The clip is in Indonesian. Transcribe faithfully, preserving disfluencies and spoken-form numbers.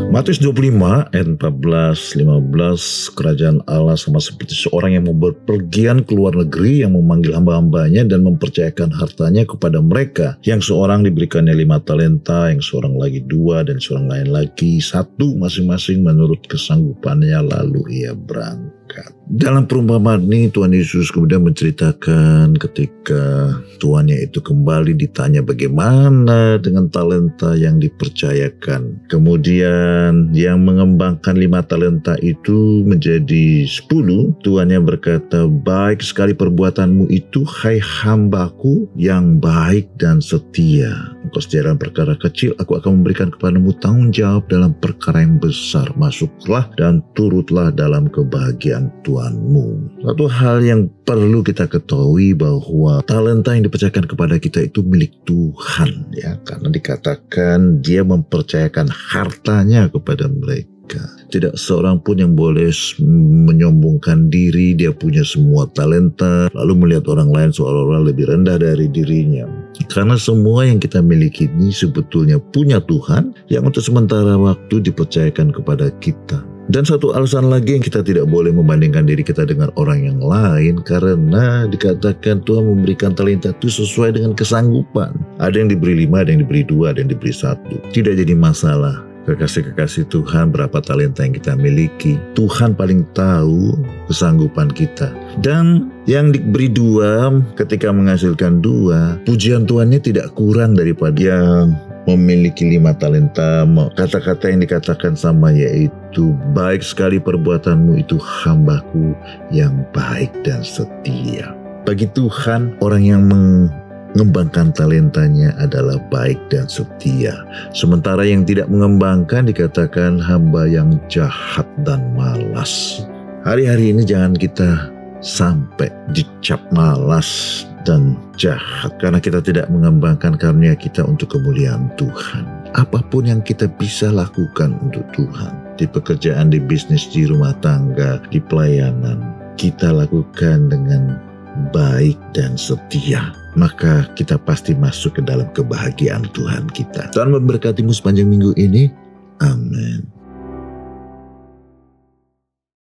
Matius dua puluh lima ayat empat belas lima belas, kerajaan Allah sama seperti seorang yang mau berpergian ke luar negeri, yang memanggil hamba-hambanya dan mempercayakan hartanya kepada mereka. Yang seorang diberikannya lima talenta, yang seorang lagi dua, dan seorang lain lagi satu, masing-masing menurut kesanggupannya, lalu ia berangkat. Dalam perumpamaan ini Tuhan Yesus kemudian menceritakan ketika tuannya itu kembali ditanya bagaimana dengan talenta yang dipercayakan. Kemudian yang mengembangkan lima talenta itu menjadi sepuluh. Tuannya berkata, baik sekali perbuatanmu itu, hai hambaku yang baik dan setia. Engkau setia dalam perkara kecil, aku akan memberikan kepadamu tanggung jawab dalam perkara yang besar. Masuklah dan turutlah dalam kebahagiaan Tuhanmu. Satu hal yang perlu kita ketahui bahwa talenta yang dipercayakan kepada kita itu milik Tuhan, ya, karena dikatakan Dia mempercayakan hartanya kepada mereka. Tidak seorang pun yang boleh menyombongkan diri dia punya semua talenta lalu melihat orang lain seolah-olah lebih rendah dari dirinya. Karena semua yang kita miliki ini sebetulnya punya Tuhan yang untuk sementara waktu dipercayakan kepada kita. Dan satu alasan lagi yang kita tidak boleh membandingkan diri kita dengan orang yang lain, karena dikatakan Tuhan memberikan talenta itu sesuai dengan kesanggupan. Ada yang diberi lima, ada yang diberi dua, ada yang diberi satu. Tidak jadi masalah. Kekasih-kekasih Tuhan, berapa talenta yang kita miliki, Tuhan paling tahu kesanggupan kita. Dan yang diberi dua, ketika menghasilkan dua, pujian Tuhannya tidak kurang daripada yang memiliki lima talenta. Kata-kata yang dikatakan sama yaitu, baik sekali perbuatanmu itu hambaku yang baik dan setia. Bagi Tuhan, orang yang meng mengembangkan talentanya adalah baik dan setia. Sementara yang tidak mengembangkan dikatakan hamba yang jahat dan malas. Hari-hari ini jangan kita sampai dicap malas dan jahat, karena kita tidak mengembangkan karunia kita untuk kemuliaan Tuhan. Apapun yang kita bisa lakukan untuk Tuhan, di pekerjaan, di bisnis, di rumah tangga, di pelayanan, kita lakukan dengan baik dan setia, maka kita pasti masuk ke dalam kebahagiaan Tuhan kita. Tuhan memberkatimu sepanjang minggu ini. Amin.